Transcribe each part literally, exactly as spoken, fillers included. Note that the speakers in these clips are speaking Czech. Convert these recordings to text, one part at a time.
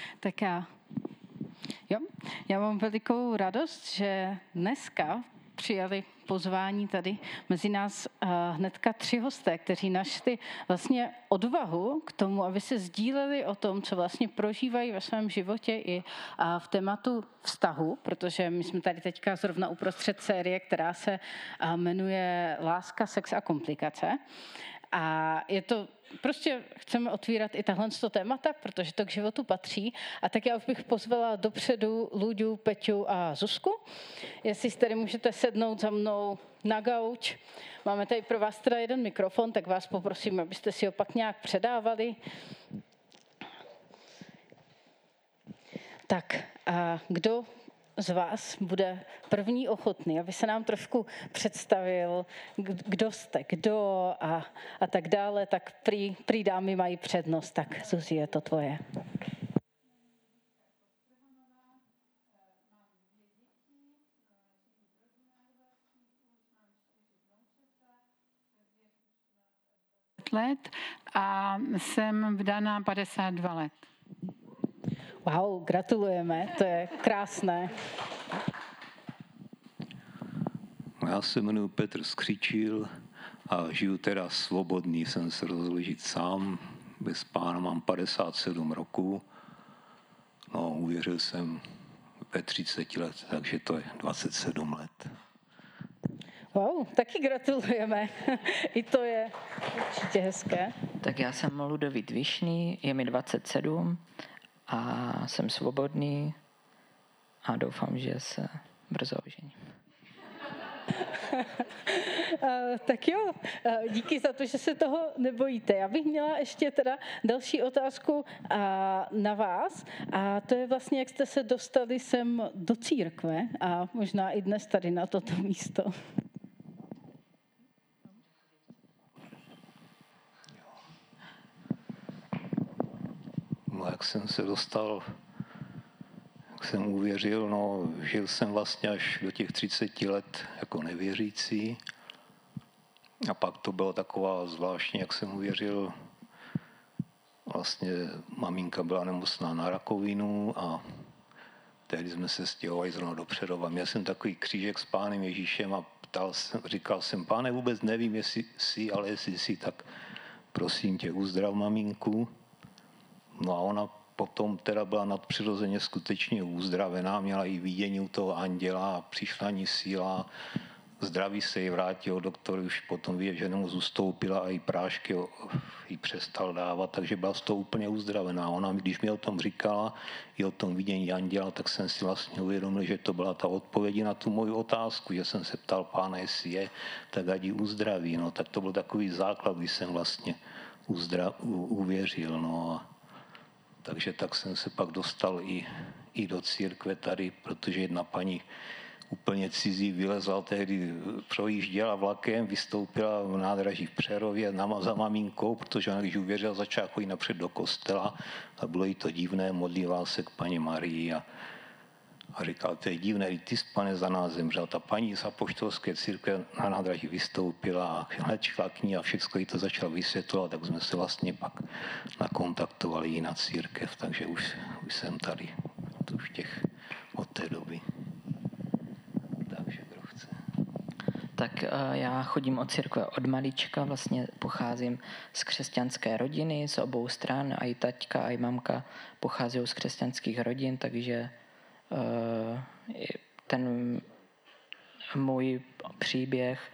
Tak já, jo, já mám velikou radost, že dneska přijali pozvání tady mezi nás uh, hnedka tři hosté, kteří našli vlastně odvahu k tomu, aby se sdíleli o tom, co vlastně prožívají ve svém životě i uh, v tématu vztahu, protože my jsme tady teďka zrovna uprostřed série, která se uh, jmenuje Láska, sex a komplikace. A je to, prostě chceme otvírat i tahle témata, protože to k životu patří. A tak já už bych pozvala dopředu Luďu, Peťu a Zuzku. Jestli si tady můžete sednout za mnou na gauč. Máme tady pro vás teda jeden mikrofon, tak vás poprosím, abyste si ho pak nějak předávali. Tak, a kdo z vás bude první ochotný, aby se nám trošku představil, kdo jste, kdo a, a tak dále, tak prý, prý dámy mají přednost. Tak Zuzi, je to tvoje. let a jsem vdaná padesát dva let. Wow, gratulujeme, to je krásné. Já se jmenuji Petr Skřičil a žiju teda svobodný, jsem se rozhodl žít sám, bez pána, mám padesát sedm roků. No, uvěřil jsem ve třiceti let, takže to je dvacet sedm let. Wow, taky gratulujeme. I to je určitě hezké. Tak já jsem Ludovít Vyšný, je mi dvacet sedm a jsem svobodný a doufám, že se brzo ožením. Tak jo, díky za to, že se toho nebojíte. Já bych měla ještě teda další otázku na vás a to je vlastně, jak jste se dostali sem do církve a možná i dnes tady na toto místo. No, jak jsem se dostal, jak jsem uvěřil, no, žil jsem vlastně až do těch třiceti let jako nevěřící. A pak to bylo taková zvláštní, jak jsem uvěřil, vlastně maminka byla nemocná na rakovinu a tehdy jsme se stěhovali zrovna do Přerova. Měl jsem takový křížek s pánem Ježíšem a ptal jsem, říkal jsem, páne, vůbec nevím, jestli jsi, ale jestli jsi, tak prosím tě, uzdrav maminku. No a ona potom teda byla nadpřirozeně skutečně uzdravená, měla i vidění u toho anděla, přišla ní síla, zdraví se jí vrátilo, doktor už potom viděl, že nemoc ustoupila a i prášky jí přestal dávat, takže byla z toho úplně uzdravená. Ona, když mi o tom říkala, i o tom vidění anděla, tak jsem si vlastně uvědomil, že to byla ta odpověď na tu moji otázku, že jsem se ptal pána, jestli je, tak ať ji uzdraví. No, tak to byl takový základ, když jsem vlastně uzdra, u, uvěřil. No, a takže tak jsem se pak dostal i, i do církve tady, protože jedna paní úplně cizí vylezla tehdy, projížděla vlakem, vystoupila v nádraží v Přerově za maminkou, protože ona, když uvěřila, začala chodit napřed do kostela a bylo jí to divné, modlila se k paní Marii a, a říkal, to je divné, ty jsi, pane, za nás zemřel. Ta paní z apoštolské církve na nádraží vystoupila a hned šla k ní a všechno jí to začal vysvětlovat, tak jsme se vlastně pak nakontaktovali i na církev, takže už, už jsem tady už těch od té doby. Takže kdo chce. Tak já chodím od církve od malička, vlastně pocházím z křesťanské rodiny, z obou stran, a i taťka, a i mamka pochází z křesťanských rodin, takže ten můj příběh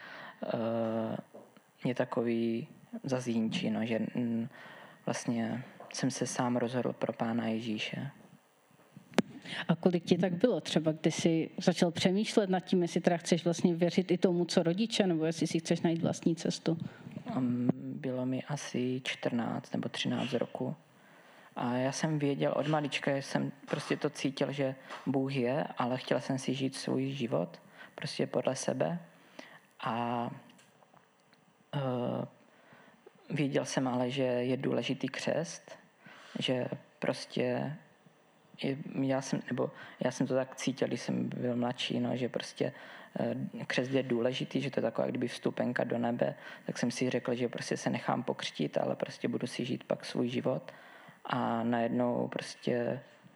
je takový zazínčí, no, že vlastně jsem se sám rozhodl pro Pána Ježíše. A kolik ti tak bylo třeba, když jsi začal přemýšlet nad tím, jestli teda chceš vlastně věřit i tomu, co rodiče, nebo jestli si chceš najít vlastní cestu? Bylo mi asi čtrnáct nebo třináct roku. A já jsem věděl od malička, že jsem prostě to cítil, že Bůh je, ale chtěl jsem si žít svůj život prostě podle sebe. A uh, věděl jsem ale, že je důležitý křest, že prostě je, já jsem, nebo já jsem to tak cítil, když jsem byl mladší, no, že prostě uh, křest je důležitý, že to je taková kdyby vstupenka do nebe, tak jsem si řekl, že prostě se nechám pokřtít, ale prostě budu si žít pak svůj život. A najednou prostě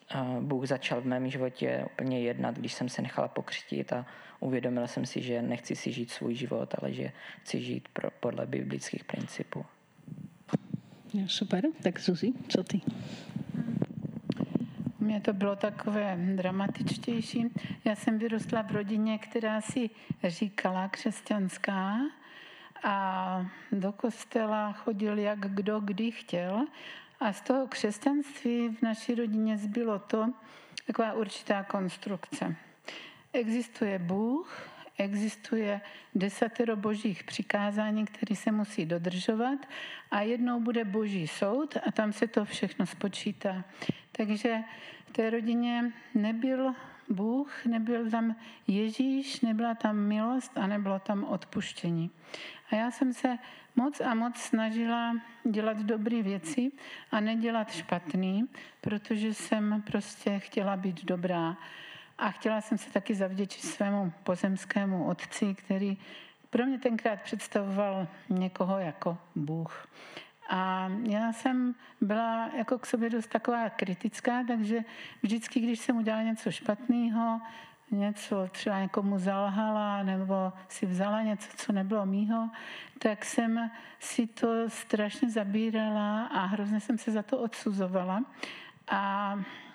Bůh začal v mém životě úplně jednat, když jsem se nechala pokřtít a uvědomila jsem si, že nechci si žít svůj život, ale že chci žít pro, podle biblických principů. Super, tak Zuzi, co ty? U mě to bylo takové dramatičtější. Já jsem vyrostla v rodině, která si říkala křesťanská a do kostela chodil jak kdo kdy chtěl. A z toho křesťanství v naší rodině zbylo to, taková určitá konstrukce. Existuje Bůh, existuje desatero božích přikázání, které se musí dodržovat a jednou bude boží soud a tam se to všechno spočítá. Takže v té rodině nebyl Bůh, nebyl tam Ježíš, nebyla tam milost a nebylo tam odpuštění. A já jsem se moc a moc snažila dělat dobré věci a nedělat špatný, protože jsem prostě chtěla být dobrá. A chtěla jsem se taky zavděčit svému pozemskému otci, který pro mě tenkrát představoval někoho jako Bůh. A já jsem byla jako k sobě dost taková kritická, takže vždycky, když jsem udělala něco špatného, něco třeba někomu zalhala nebo si vzala něco, co nebylo mýho, tak jsem si to strašně zabírala a hrozně jsem se za to odsuzovala. A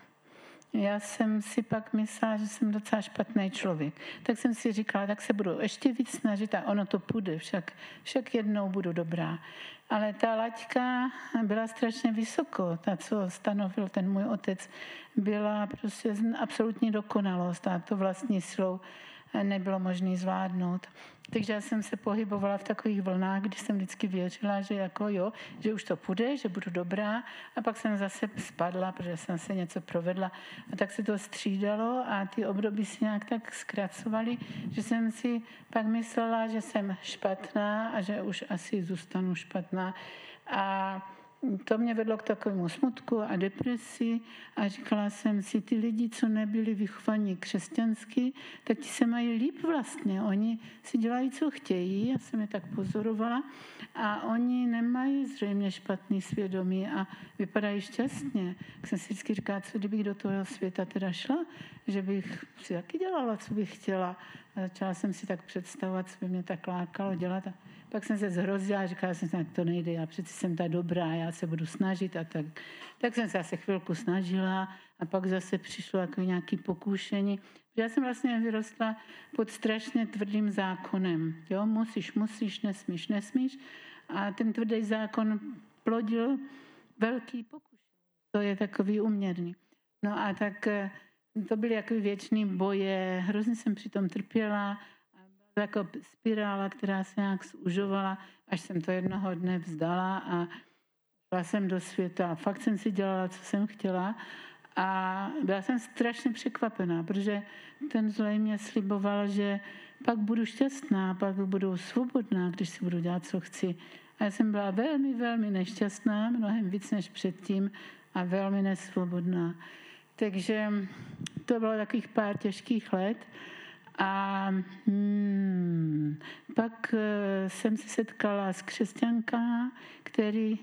já jsem si pak myslela, že jsem docela špatný člověk. Tak jsem si říkala, tak se budu ještě víc snažit a ono to půjde, však, však jednou budu dobrá. Ale ta laťka byla strašně vysoko, ta, co stanovil ten můj otec, byla prostě absolutní dokonalost a to vlastní silou nebylo možné zvládnout. Takže já jsem se pohybovala v takových vlnách, kdy jsem vždycky věřila, že jako jo, že už to půjde, že budu dobrá a pak jsem zase spadla, protože jsem se něco provedla a tak se to střídalo a ty období si nějak tak zkracovaly, že jsem si pak myslela, že jsem špatná a že už asi zůstanu špatná a to mě vedlo k takovému smutku a depresi a říkala jsem si, ty lidi, co nebyli vychovaní křesťansky, tak ti se mají líp vlastně. Oni si dělají, co chtějí, já jsem je tak pozorovala a oni nemají zřejmě špatný svědomí a vypadají šťastně. Tak jsem si vždycky říkala, co kdybych do toho světa teda šla, že bych si taky dělala, co bych chtěla. A začala jsem si tak představovat, co by mě tak lákalo dělat. A pak jsem se zhrozila a říkala jsem si, tak to nejde, já přeci jsem ta dobrá, já se budu snažit a tak. Tak jsem se zase chvilku snažila a pak zase přišlo jako nějaké pokušení. Já jsem vlastně vyrostla pod strašně tvrdým zákonem. Jo, musíš, musíš, nesmíš, nesmíš. A ten tvrdý zákon plodil velký pokušení. To je takový uměrný. No a tak to byly jako věčný boje, hrozně jsem přitom trpěla. Jako spirála, která se nějak zužovala, až jsem to jednoho dne vzdala a šla jsem do světa. A fakt jsem si dělala, co jsem chtěla a byla jsem strašně překvapená, protože ten zlej mě sliboval, že pak budu šťastná, pak budu svobodná, když si budu dělat, co chci. A já jsem byla velmi, velmi nešťastná, mnohem víc než předtím a velmi nesvobodná. Takže to bylo takových pár těžkých let. A hmm, pak uh, jsem se setkala s křesťankami, který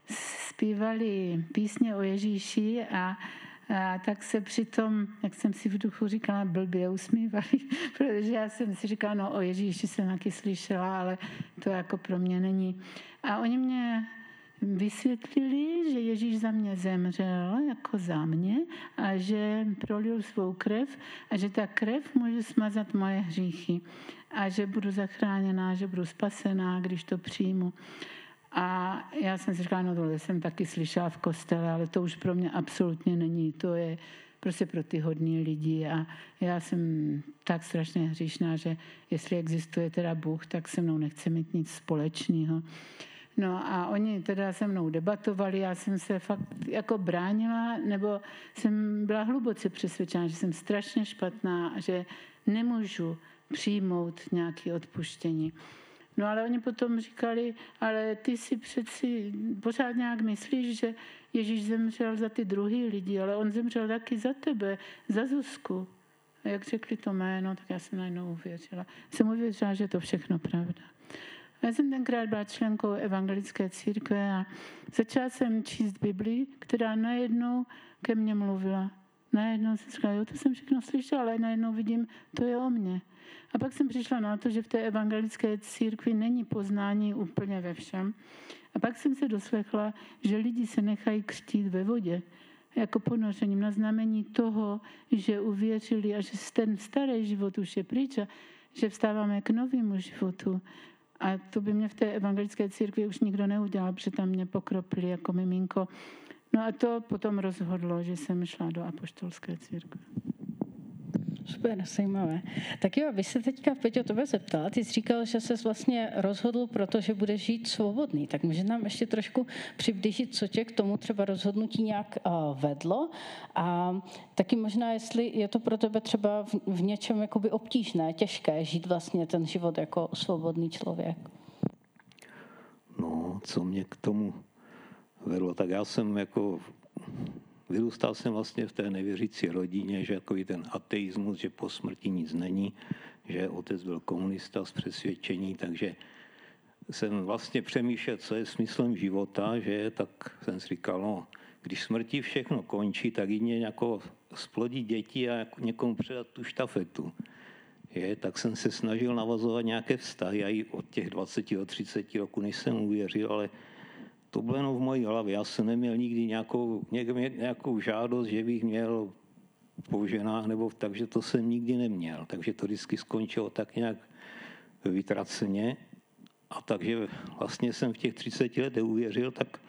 zpívali písně o Ježíši a, a tak se přitom, jak jsem si v duchu říkala, blbě usmívali, protože já jsem si říkala, no o Ježíši jsem taky slyšela, ale to jako pro mě není. A oni mě vysvětlili, že Ježíš za mě zemřel jako za mě a že prolil svou krev a že ta krev může smazat moje hříchy a že budu zachráněná, že budu spasená, když to přijmu. A já jsem si říkala, no tohle jsem taky slyšela v kostele, ale to už pro mě absolutně není. To je prostě pro ty hodní lidi a já jsem tak strašně hříšná, že jestli existuje teda Bůh, tak se mnou nechce mít nic společného. No a oni teda se mnou debatovali, já jsem se fakt jako bránila, nebo jsem byla hluboce přesvědčena, že jsem strašně špatná a že nemůžu přijmout nějaké odpuštění. No ale oni potom říkali, ale ty si přeci pořád nějak myslíš, že Ježíš zemřel za ty druhý lidi, ale on zemřel taky za tebe, za Zuzku. A jak řekli to jméno, tak já jsem najednou uvěřila. Jsem uvěřila, že je to všechno pravda. Já jsem tenkrát byla členkou evangelické církve a začala jsem číst Bibli, která najednou ke mně mluvila. Najednou jsem říkala, jo, to jsem všechno slyšela, ale najednou vidím, to je o mně. A pak jsem přišla na to, že v té evangelické církvi není poznání úplně ve všem. A pak jsem se doslechla, že lidi se nechají křtít ve vodě, jako ponořením na znamení toho, že uvěřili a že ten starý život už je pryč a že vstáváme k novému životu. A to by mě v té evangelické církvi už nikdo neudělal, protože tam mě pokropili jako miminko. No a to potom rozhodlo, že jsem šla do apoštolské církve. Super, zajímavé. Tak jo, vy se teďka, Peťo, tebe zeptala. Ty jsi říkal, že ses vlastně rozhodl, protože budeš žít svobodný. Tak může nám ještě trošku přiblížit, co tě k tomu třeba rozhodnutí nějak uh, vedlo. A taky možná, jestli je to pro tebe třeba v, v něčem jakoby obtížné, těžké žít vlastně ten život jako svobodný člověk. No, co mě k tomu vedlo, tak já jsem jako... Vyrůstal jsem vlastně v té nevěřící rodině, že jako ten ateismus, že po smrti nic není, že otec byl komunista z přesvědčení, takže jsem vlastně přemýšlel, co je smyslem života, že tak jsem si říkal, no, když smrti všechno končí, tak jedině jako splodit děti a jako někomu předat tu štafetu. Je, tak jsem se snažil navazovat nějaké vztahy, a i od těch dvacet do třiceti roku, než jsem uvěřil, ale to bylo jenom v mojí hlavě. Já jsem neměl nikdy nějakou, nějakou žádost, že bych měl po ženách, nebo takže to jsem nikdy neměl. Takže to vždycky skončilo tak nějak vytraceně. A takže vlastně jsem v těch třiceti letech uvěřil, tak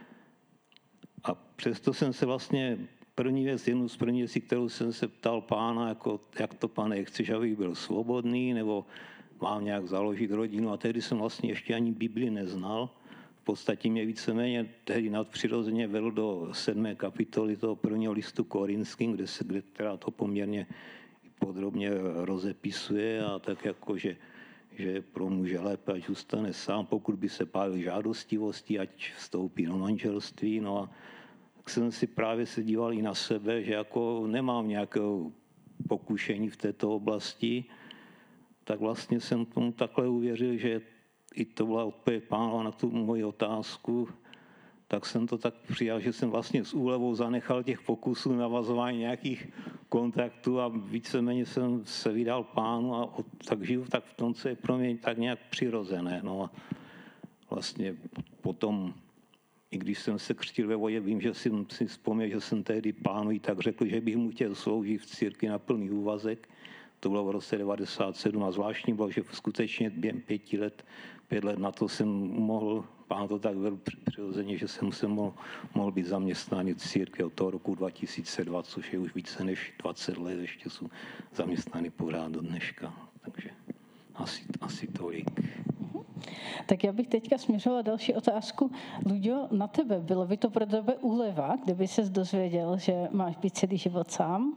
a přesto jsem se vlastně první věc, jednu z první věcí, kterou jsem se ptal pána, jako, jak to, pane, chceš, abych byl svobodný, nebo mám nějak založit rodinu. A tehdy jsem vlastně ještě ani Bibli neznal. V podstatě mě víceméně tehdy nadpřirozeně vedl do sedmé kapitoly toho prvního listu Korinským, kde se kde teda to poměrně podrobně rozepisuje a tak jako, že, že pro muže lépe, ať zůstane sám, pokud by se pálil žádostivostí, ať vstoupí do manželství. No a tak jsem si právě se díval i na sebe, že jako nemám nějaké pokušení v této oblasti, tak vlastně jsem tomu takhle uvěřil, že i to byla odpověď Pána na tu moji otázku, tak jsem to tak přijal, že jsem vlastně s úlevou zanechal těch pokusů navazování nějakých kontaktů a víceméně jsem se vydal Pánu a tak žiju tak v tom, co je pro mě tak nějak přirozené. No a vlastně potom, i když jsem se křtil ve vodě, vím, že jsem si vzpomněl, že jsem tehdy Pánu i tak řekl, že bych mu chtěl sloužit v církvi na plný úvazek. To bylo v roce devadesát sedm a zvláštní bylo, že skutečně během pěti let, pět let na to jsem mohl, Pán to tak velmi přirozeně, že jsem se mohl, mohl být zaměstnaný v církvi od toho roku dva tisíce dva, což je už více než dvacet let, ještě jsou zaměstnaný pořád do dneška. Takže asi, asi tolik. Tak já bych teďka směřovala další otázku. Luďo, na tebe, bylo by to pro tebe úleva, kdyby ses dozvěděl, že máš být celý život sám?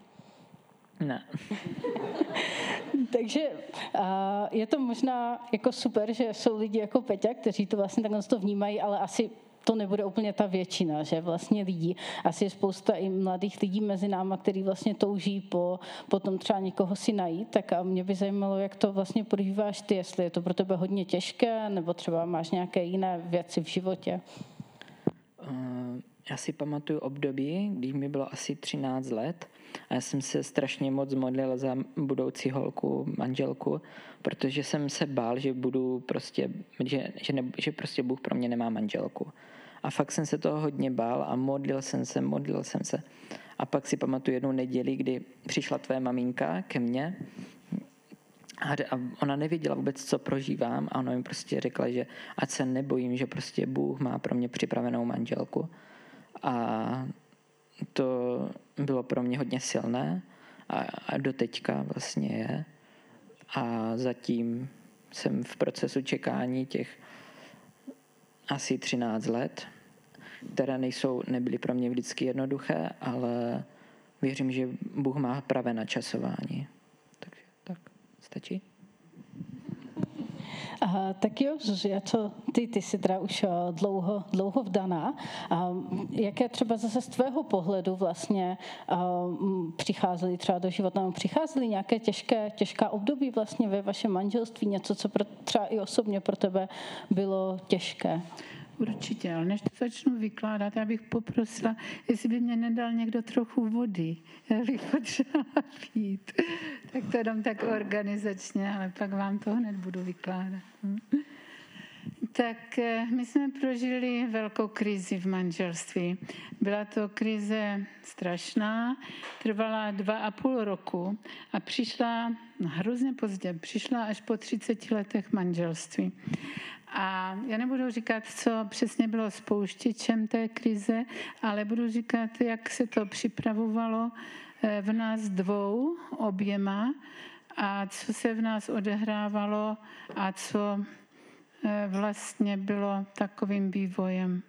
Ne. Takže uh, je to možná jako super, že jsou lidi jako Peťa, kteří to vlastně takhle to vnímají, ale asi to nebude úplně ta většina, že vlastně lidí. Asi je spousta i mladých lidí mezi náma, kteří vlastně touží po, po tom třeba někoho si najít. Tak a mě by zajímalo, jak to vlastně prožíváš ty, jestli je to pro tebe hodně těžké, nebo třeba máš nějaké jiné věci v životě. Uh, já si pamatuju období, když mi bylo asi třináct let a já jsem se strašně moc modlil za budoucí holku, manželku, protože jsem se bál, že budu prostě, že, že, ne, že prostě Bůh pro mě nemá manželku. A fakt jsem se toho hodně bál a modlil jsem se, modlil jsem se. A pak si pamatuju jednu neděli, kdy přišla tvoje maminka ke mně a ona nevěděla vůbec, co prožívám a ona mi prostě řekla, že ať se nebojím, že prostě Bůh má pro mě připravenou manželku. A to bylo pro mě hodně silné a, a doteďka vlastně je. A zatím jsem v procesu čekání těch asi třináct let, které nejsou, nebyly pro mě vždycky jednoduché, ale věřím, že Bůh má pravé načasování. Takže tak, stačí? Aha, tak jo, Zuzi, a co ty, ty jsi teda už dlouho, dlouho vdaná. A jaké třeba zase z tvého pohledu vlastně přicházely třeba do života, přicházely nějaké těžké, těžká období vlastně ve vašem manželství, něco, co pro, třeba i osobně pro tebe bylo těžké? určitě, ale než to začnu vykládat, já bych poprosila, jestli by mě nedal někdo trochu vody. Já bych potřebovala pít. Tak to dám tak organizačně, ale pak vám to hned budu vykládat. Tak my jsme prožili velkou krizi v manželství. Byla to krize strašná, trvala dva a půl roku a přišla hrozně pozdě, přišla až po třiceti letech manželství. A já nebudu říkat, co přesně bylo spouštěčem té krize, ale budu říkat, jak se to připravovalo v nás dvou, oběma, a co se v nás odehrávalo a co vlastně bylo takovým vývojem.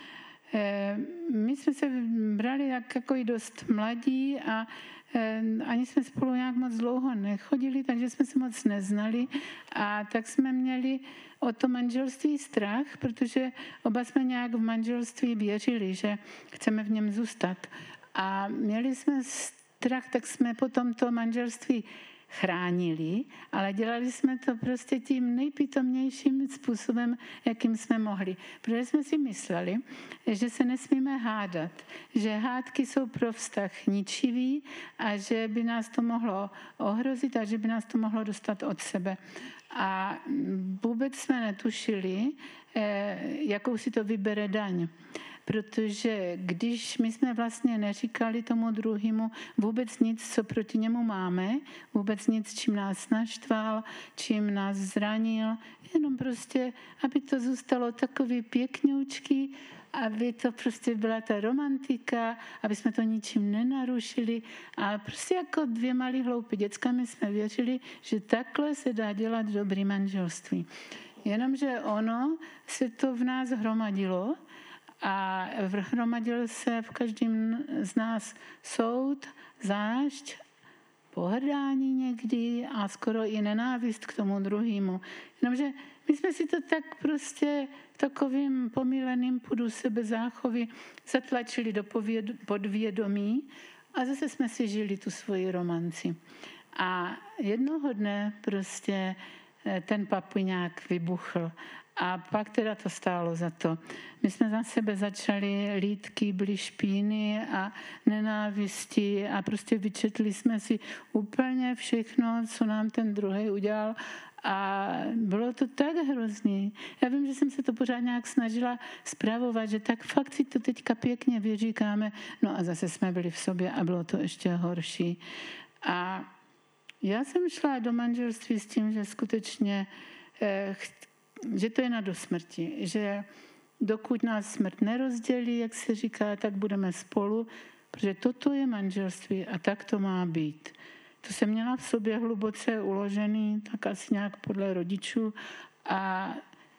My jsme se brali jak jako i dost mladí a ani jsme spolu nějak moc dlouho nechodili, takže jsme se moc neznali a tak jsme měli o to manželství strach, protože oba jsme nějak v manželství věřili, že chceme v něm zůstat. A měli jsme strach, tak jsme potom to manželství chránili, ale dělali jsme to prostě tím nejpitomnějším způsobem, jakým jsme mohli. Protože jsme si mysleli, že se nesmíme hádat, že hádky jsou pro vztah ničivý a že by nás to mohlo ohrozit a že by nás to mohlo dostat od sebe. A vůbec jsme netušili, jakou si to vybere daň. Protože když my jsme vlastně neříkali tomu druhému vůbec nic, co proti němu máme, vůbec nic, čím nás naštval, čím nás zranil, jenom prostě, aby to zůstalo takový pěkňoučký, aby to prostě byla ta romantika, aby jsme to ničím nenarušili. A prostě jako dvě malí hloupí děcka my jsme věřili, že takhle se dá dělat dobrý manželství. Jenomže ono se to v nás hromadilo, a hromadil se v každém z nás soud, zášť, pohrdání někdy a skoro i nenávist k tomu druhému. Jenomže my jsme si to tak prostě takovým pomíleným půdu sebezáchovy zatlačili do podvědomí a zase jsme si žili tu svoji romanci. A jednoho dne prostě ten papuj nějak vybuchl. A pak teda to stálo za to. My jsme za sebe začali lídky, byly špíny a nenávisti a prostě vyčetli jsme si úplně všechno, co nám ten druhý udělal. A bylo to tak hrozný. Já vím, že jsem se to pořád nějak snažila spravovat, že tak fakt si to teďka pěkně vyříkáme. No a zase jsme byli v sobě a bylo to ještě horší. A já jsem šla do manželství s tím, že skutečně eh, že to je na dosmrti, že dokud nás smrt nerozdělí, jak se říká, tak budeme spolu, protože toto je manželství a tak to má být. To jsem měla v sobě hluboce uložený, tak asi nějak podle rodičů. A,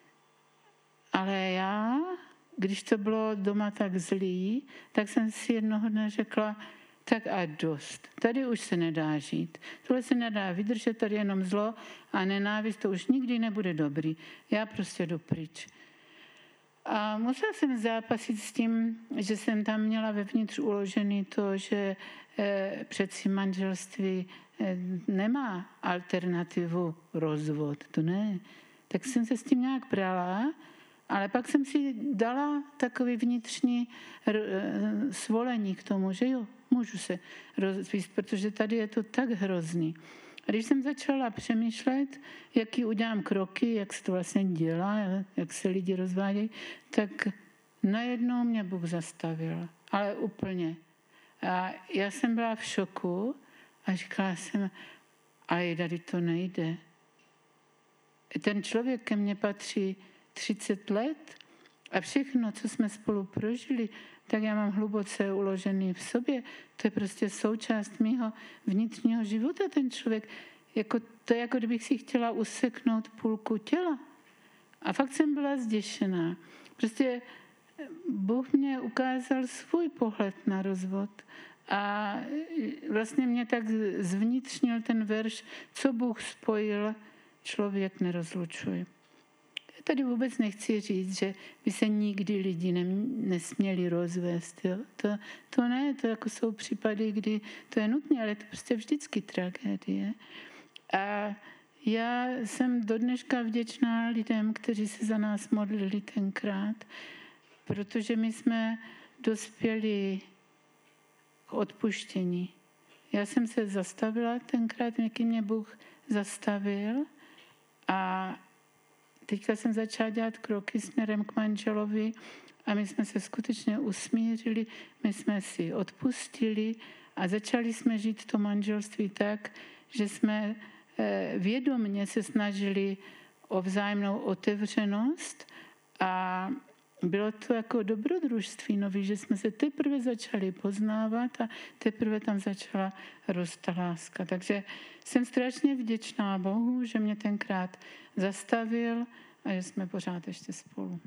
ale já, když to bylo doma tak zlý, tak jsem si jednoho dne řekla, tak a dost. Tady už se nedá žít. Tohle se nedá vydržet, tady jenom zlo a nenávist, to už nikdy nebude dobrý. Já prostě jdu pryč. A musela jsem zápasit s tím, že jsem tam měla vevnitř uložený to, že eh, přeci manželství eh, nemá alternativu rozvod. To ne. Tak jsem se s tím nějak brala, ale pak jsem si dala takový vnitřní eh, svolení k tomu, že jo, můžu se rozvíst, protože tady je to tak hrozný. A když jsem začala přemýšlet, jaký udělám kroky, jak se to vlastně dělá, jak se lidi rozvádějí, tak najednou mě Bůh zastavil. Ale úplně. A já jsem byla v šoku a říkala jsem, ale tady to nejde. Ten člověk ke mně patří třicet let a všechno, co jsme spolu prožili, tak já mám hluboce uložený v sobě. To je prostě součást mýho vnitřního života, ten člověk. Jako, to je jako kdybych si chtěla useknout půlku těla. A fakt jsem byla zděšená. Prostě Bůh mě ukázal svůj pohled na rozvod. A vlastně mě tak zvnitřnil ten verš, co Bůh spojil, člověk nerozlučuje. Tady vůbec nechci říct, že by se nikdy lidi nesměli rozvést. Jo? To, to ne, to jako jsou případy, kdy to je nutné, ale to prostě vždycky tragédie. A Já jsem do dneška vděčná lidem, kteří se za nás modlili tenkrát, protože my jsme dospěli k odpuštění. Já jsem se zastavila tenkrát, někdy mě Bůh zastavil a teďka jsem začala dělat kroky směrem k manželovi a my jsme se skutečně usmířili, my jsme si odpustili a začali jsme žít to manželství tak, že jsme vědomně se snažili o vzájemnou otevřenost a bylo to jako dobrodružství nový, že jsme se teprve začali poznávat a teprve tam začala růst ta láska. Takže jsem strašně vděčná Bohu, že mě tenkrát zastavil a že jsme pořád ještě spolu.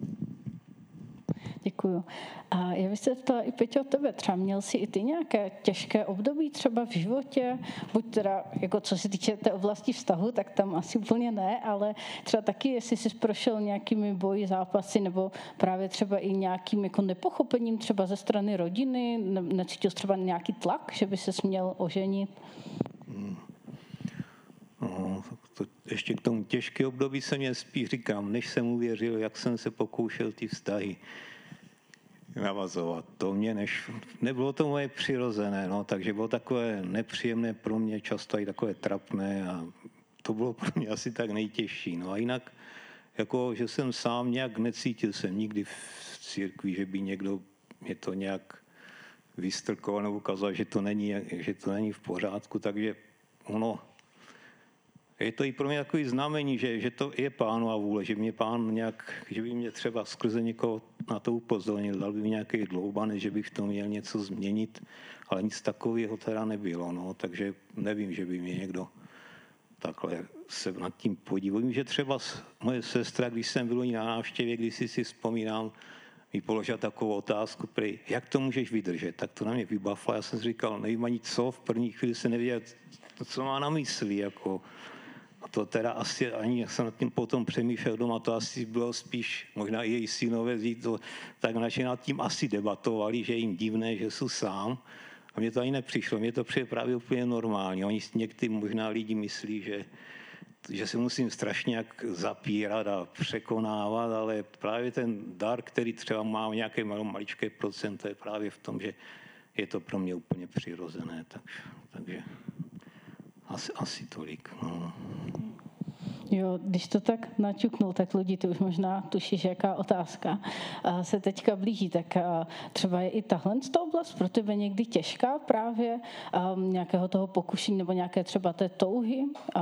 Děkuju. A já bych se ptala i Peťo tebe, třeba měl jsi i ty nějaké těžké období třeba v životě, buď teda, jako co se týče té oblasti vztahu, tak tam asi úplně ne, ale třeba taky, jestli jsi prošel nějakými boji, zápasy, nebo právě třeba i nějakým jako nepochopením třeba ze strany rodiny, ne, necítil jsi třeba nějaký tlak, že by ses měl oženit? Hmm. No, to, ještě k tomu těžké období se mě spíš říkám, než jsem uvěřil, jak jsem se pokoušel ty vztahy navazovat. To mě než, nebylo to moje přirozené, no, takže bylo takové nepříjemné pro mě, často i takové trapné a to bylo pro mě asi tak nejtěžší. No a jinak, jako, že jsem sám nějak necítil jsem nikdy v církvi, že by někdo mě to nějak vystrkoval nebo ukázal, že to není, že to není v pořádku, takže ono, je to i pro mě takový znamení, že, že to je Pánova vůle, že mě Pán nějak, že by mě třeba skrze někoho na to upozornil, dal by mi nějaký dloubaný, že bych v tom měl něco změnit, ale nic takového teda nebylo, no, takže nevím, že by mě někdo takhle se nad tím podíval. Vím, že třeba moje sestra, když jsem byl na návštěvě, když si si vzpomínám, mi položila takovou otázku, prý, jak to můžeš vydržet, tak to na mě vybafla, já jsem si říkal, nevím ani co, v první chvíli se nevěděl, co má na mysli, jako. A to teda asi ani, jak jsem nad tím potom přemýšlel doma, to asi bylo spíš, možná i její synové to, tak naši nad tím asi debatovali, že je jim divné, že jsou sám. A mně to ani nepřišlo, mně to přijde právě úplně normální. Oni někteří možná lidi myslí, že, že se musím strašně jak zapírat a překonávat, ale právě ten dar, který třeba má nějaké maličké procento, je právě v tom, že je to pro mě úplně přirozené. Tak, takže asi, asi tolik. No. Jo, když to tak naťuknul, tak lidi, ty už možná tušíš, jaká otázka se teďka blíží, tak třeba je i tahle oblast pro tebe někdy těžká právě nějakého toho pokušení nebo nějaké třeba té touhy?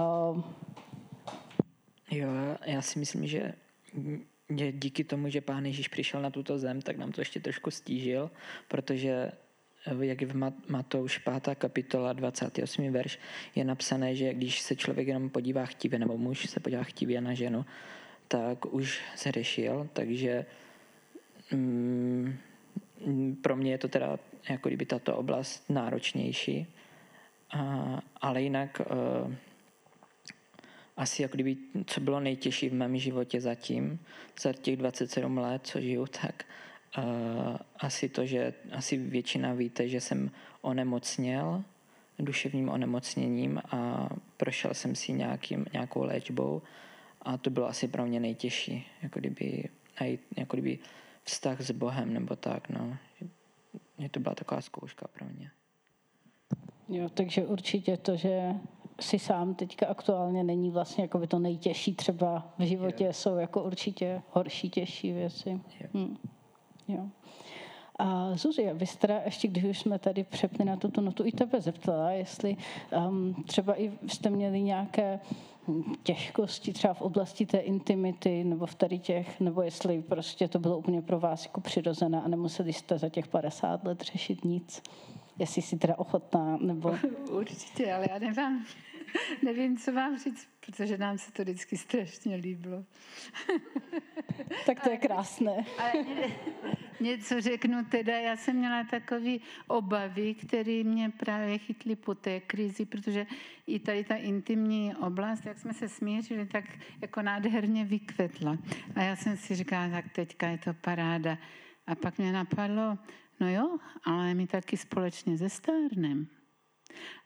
Jo, já si myslím, že díky tomu, že Pán Ježíš přišel na tuto zem, tak nám to ještě trošku stížil, protože jak v Matouš pátá kapitola dvacátý osmý verš je napsané, že když se člověk jenom podívá chtivě, nebo muž se podívá chtivě na ženu, tak už zhřešil, takže mm, pro mě je to teda jako kdyby tato oblast náročnější, a, ale jinak uh, asi jako kdyby, co bylo nejtěžší v mém životě zatím, za těch dvacet sedm let, co žiju, tak Uh, asi to, že asi většina víte, že jsem onemocněl duševním onemocněním a prošel jsem si nějakým, nějakou léčbou a to bylo asi pro mě nejtěžší, jako kdyby, jako kdyby vztah s Bohem nebo tak, no. Mě to byla taková zkouška pro mě. Jo, takže určitě to, že si sám teďka aktuálně není vlastně jako by to nejtěžší třeba v životě, jo. Jsou jako určitě horší, těžší věci. Jo. Hm. Jo. A Zuzi, vy jste teda ještě, když už jsme tady přepli na tuto notu, i tebe zeptala, jestli um, třeba i jste měli nějaké těžkosti třeba v oblasti té intimity nebo v tady těch, nebo jestli prostě to bylo úplně pro vás jako přirozené a nemuseli jste za těch padesát let řešit nic. Jestli jsi teda ochotná, nebo... Určitě, ale já nevím, nevím, co vám říct, protože nám se to vždycky strašně líbilo. Tak to je krásné. Ale něco řeknu teda, já jsem měla takové obavy, které mě právě chytly po té krizi, protože i tady ta intimní oblast, jak jsme se smířili, tak jako nádherně vykvetla. A já jsem si říkala, tak teďka je to paráda. A pak mě napadlo, no jo, ale my taky společně se stárnem.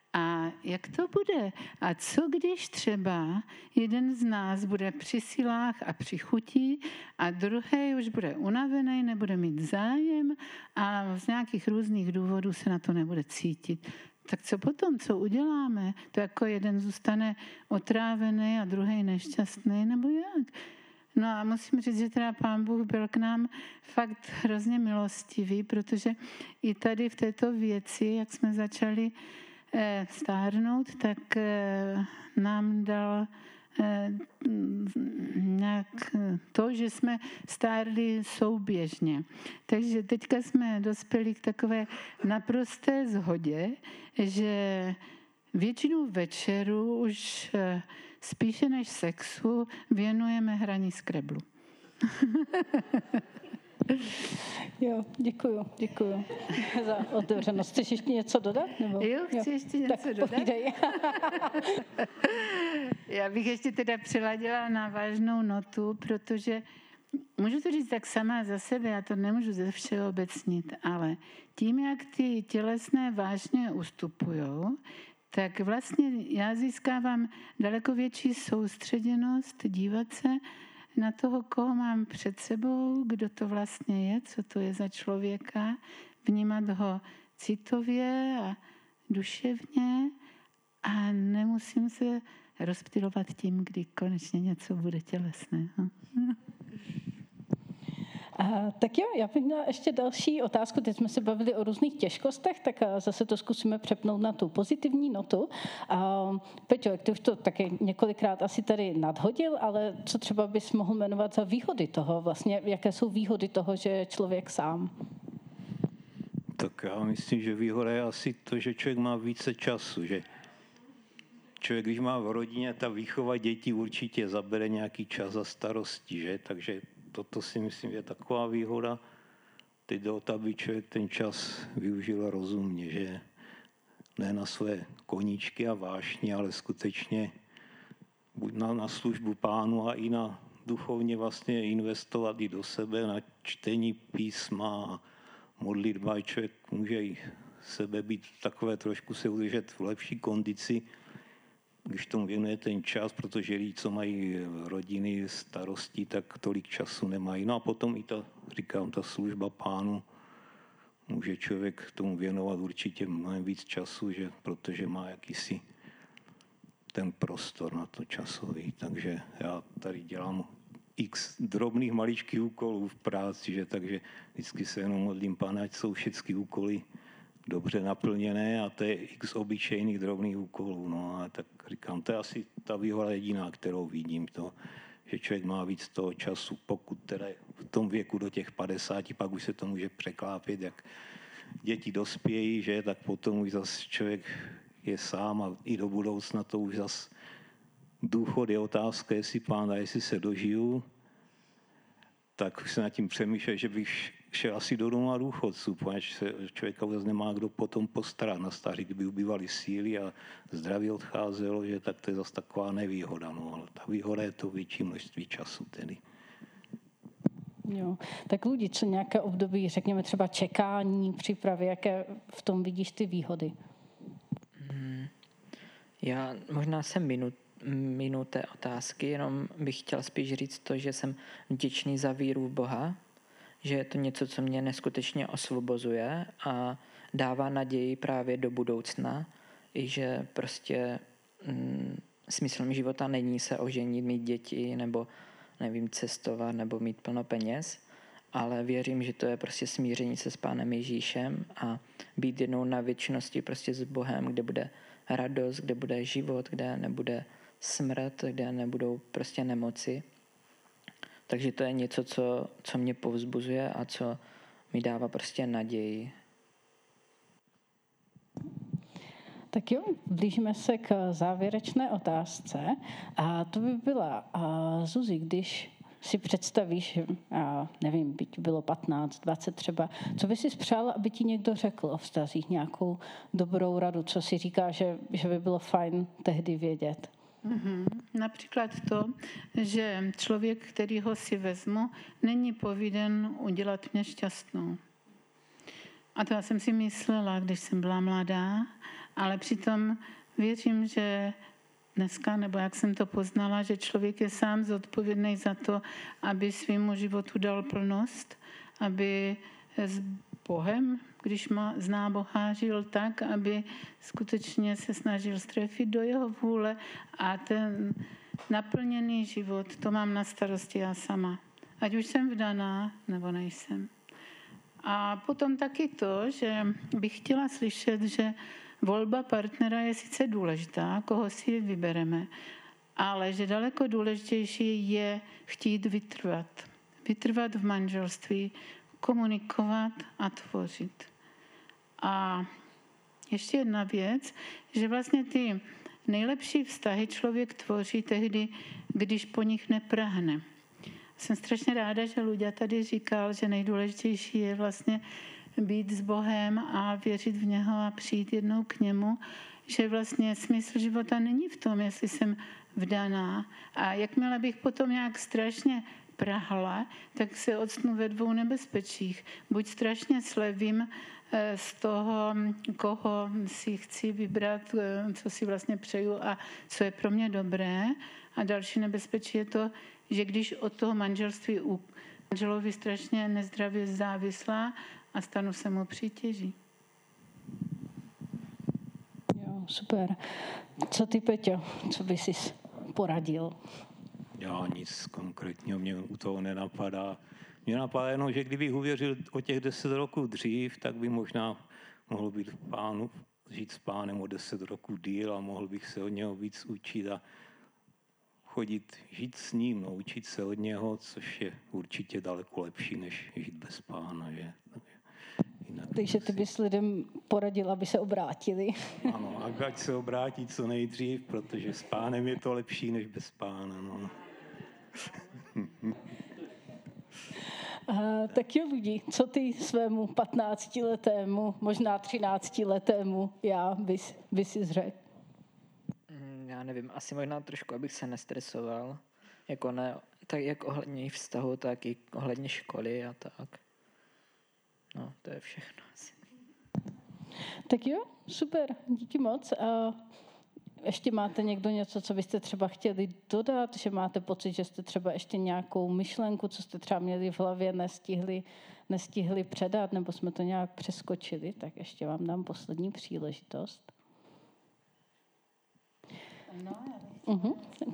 A jak to bude? A co když třeba jeden z nás bude při silách a při chutí a druhý už bude unavený, nebude mít zájem a z nějakých různých důvodů se na to nebude cítit? Tak co potom, co uděláme? To jako jeden zůstane otrávený a druhý nešťastný, nebo jak? No a musím říct, že teda Pán Bůh byl k nám fakt hrozně milostivý, protože i tady v této věci, jak jsme začali eh, stárnout, tak eh, nám dal eh, nějak to, že jsme stárli souběžně. Takže teďka jsme dospěli k takové naprosté shodě, že většinu večeru už eh, spíše než sexu věnujeme hraní Scrabble. Jo, děkuju, děkuju za otevřenost. Chceš ještě něco dodat? Nebo? Jo, chci jo. ještě něco tak dodat. Povídej. Já bych ještě teda přiladila na vážnou notu, protože můžu to říct tak sama za sebe, já to nemůžu ze všeobecnit, ale tím, jak ty tělesné vážně ustupujou, tak vlastně já získávám daleko větší soustředěnost dívat se na toho, koho mám před sebou, kdo to vlastně je, co to je za člověka, vnímat ho citově a duševně a nemusím se rozptylovat tím, kdy konečně něco bude tělesného. A, tak jo, já bych měla ještě další otázku. Teď jsme se bavili o různých těžkostech, tak zase to zkusíme přepnout na tu pozitivní notu. A, Peťo, jak ty už to taky několikrát asi tady nadhodil, ale co třeba bys mohl jmenovat za výhody toho? Vlastně, jaké jsou výhody toho, že je člověk sám? Tak já myslím, že výhoda je asi to, že člověk má více času, že člověk, když má v rodině, ta výchova dětí určitě zabere nějaký čas a starosti, že? Takže toto si myslím, je taková výhoda. Teď jde o to, aby člověk ten čas využil rozumně, že ne na své koníčky a vášně, ale skutečně buď na, na službu Pánu a i na duchovně vlastně investovat i do sebe, na čtení písma a modlitba. Člověk může i sebe být takové trošku se udržet v lepší kondici, když tomu věnuje ten čas, protože lidi, co mají rodiny, starosti, tak tolik času nemají. No a potom i ta, říkám, ta služba Pánu, může člověk tomu věnovat určitě mnohem víc času, že, protože má jakýsi ten prostor na to časový. Takže já tady dělám x drobných maličkých úkolů v práci, že, takže vždycky se jenom modlím Pána, ať jsou všechny úkoly dobře naplněné a to je x obyčejných drobných úkolů. No a tak říkám, to je asi ta výhoda jediná, kterou vidím, to, že člověk má víc toho času, pokud teda v tom věku do těch padesáti, pak už se to může překlápět, jak děti dospějí, že, tak potom už zase člověk je sám a i do budoucna to už zase důchod je otázka, jestli Pán a jestli se dožiju, tak už se nad tím přemýšlel, že bych šel asi do doma důchodců, protože se člověka vůbec nemá kdo potom postarat na stáří, kdyby ubývaly síly a zdraví odcházelo, že tak to je zase taková nevýhoda. No, ale ta výhoda je to větší množství času tedy. Jo. Tak lidi, co nějaké období, řekněme třeba čekání, přípravy, jaké v tom vidíš ty výhody? Hmm. Já možná jsem minut minu té otázky, jenom bych chtěl spíš říct to, že jsem vděčný za víru v Boha, že je to něco, co mě neskutečně osvobozuje a dává naději právě do budoucna, i že prostě mm, smyslem života není se oženit, mít děti nebo nevím, cestovat nebo mít plno peněz, ale věřím, že to je prostě smíření se s Pánem Ježíšem a být jednou na věčnosti prostě s Bohem, kde bude radost, kde bude život, kde nebude smrt, kde nebudou prostě nemoci. Takže to je něco, co, co mě povzbuzuje a co mi dává prostě naději. Tak jo, blížíme se k závěrečné otázce. A to by byla, a Zuzi, když si představíš, a nevím, by ti bylo patnáct, dvacet třeba, co by si spřála, aby ti někdo řekl o vztazích, nějakou dobrou radu, co si říká, že, že by bylo fajn tehdy vědět? Mm-hmm. Například to, že člověk, kterýho si vezmu, není povinen udělat mě šťastnou. A to já jsem si myslela, když jsem byla mladá, ale přitom věřím, že dneska, nebo jak jsem to poznala, že člověk je sám zodpovědný za to, aby svýmu životu dal plnost, aby s Bohem, když má, zná Boha, žil tak, aby skutečně se snažil strefit do jeho vůle a ten naplněný život, to mám na starosti já sama. Ať už jsem vdaná, nebo nejsem. A potom taky to, že bych chtěla slyšet, že volba partnera je sice důležitá, koho si vybereme, ale že daleko důležitější je chtít vytrvat. Vytrvat v manželství, komunikovat a tvořit. A ještě jedna věc, že vlastně ty nejlepší vztahy člověk tvoří tehdy, když po nich neprahne. Jsem strašně ráda, že Luďa tady říkal, že nejdůležitější je vlastně být s Bohem a věřit v něho a přijít jednou k němu, že vlastně smysl života není v tom, jestli jsem vdaná. A jakmile bych potom nějak strašně prahla, tak se odstnu ve dvou nebezpečích. Buď strašně slevím z toho, koho si chci vybrat, co si vlastně přeju a co je pro mě dobré. A další nebezpečí je to, že když od toho manželství u manželovi strašně nezdravě závislá a stanu se mu přítěží. Jo, super. Co ty, Peťo? Co bys si poradil? Já nic konkrétního mě u toho nenapadá. Mě napadá jenom, že kdybych uvěřil o těch deset roků dřív, tak by možná mohl být v pánu, žít s pánem o deset roků díl a mohl bych se od něho víc učit a chodit, žít s ním, no, učit se od něho, což je určitě daleko lepší, než žít bez pána. Že? Jinak Takže ty bys lidem poradil, aby se obrátili. Ano, ať se obrátí co nejdřív, protože s pánem je to lepší, než bez pána. No. Uh, tak jo, lidi, co ty svému patnáctiletému, možná třináctiletému já bys, bys si řekl? Já nevím, asi možná trošku, abych se nestresoval. Jako ne, tak jak ohledně vztahu, tak i ohledně školy a tak. No, to je všechno asi. Tak jo, super, díky moc. A ještě máte někdo něco, co byste třeba chtěli dodat, že máte pocit, že jste třeba ještě nějakou myšlenku, co jste třeba měli v hlavě, nestihli, nestihli předat, nebo jsme to nějak přeskočili, tak ještě vám dám poslední příležitost. No, Uh-huh.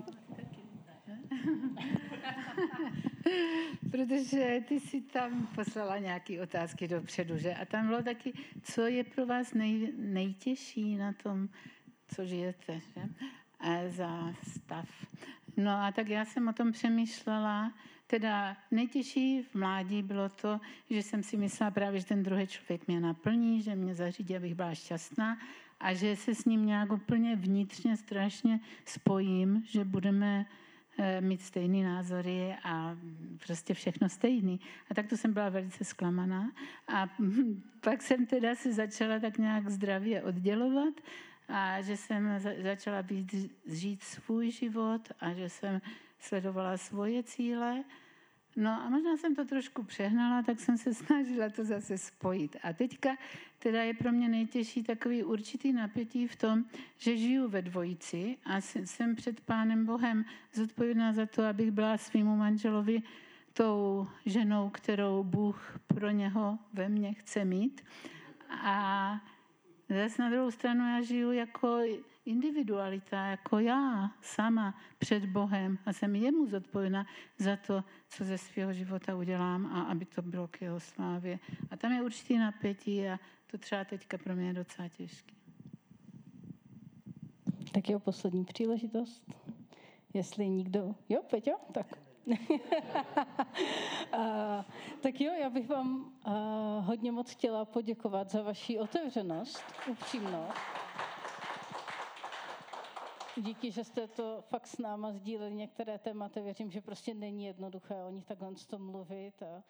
Protože ty si tam poslala nějaké otázky dopředu, že? A tam bylo taky, co je pro vás nej, nejtěžší na tom, co žijete, že? A za stav. No a tak já jsem o tom přemýšlela. Teda nejtěžší v mládí bylo to, že jsem si myslela právě, že ten druhý člověk mě naplní, že mě zařídí, abych byla šťastná a že se s ním nějak úplně vnitřně strašně spojím, že budeme mít stejný názory a prostě všechno stejný. A tak to jsem byla velice zklamaná. A pak jsem teda se začala tak nějak zdravě oddělovat a že jsem začala být, žít svůj život a že jsem sledovala svoje cíle. No a možná jsem to trošku přehnala, tak jsem se snažila to zase spojit. A teďka teda je pro mě nejtěžší takový určitý napětí v tom, že žiju ve dvojici a jsem před Pánem Bohem zodpovědná za to, abych byla svýmu manželovi tou ženou, kterou Bůh pro něho ve mně chce mít. A zase na druhou stranu já žiju jako individualita, jako já sama před Bohem a jsem jemu zodpovědná za to, co ze svého života udělám a aby to bylo k jeho slávě. A tam je určitý napětí a to třeba teďka pro mě je docela těžké. Tak jo, poslední příležitost. Jestli nikdo... Jo, Peťo? Tak. a, tak jo, já bych vám a, hodně moc chtěla poděkovat za vaši otevřenost, upřímnost. Díky, že jste to fakt s náma sdíleli některé tématy. Věřím, že prostě není jednoduché o nich takhle to mluvit. A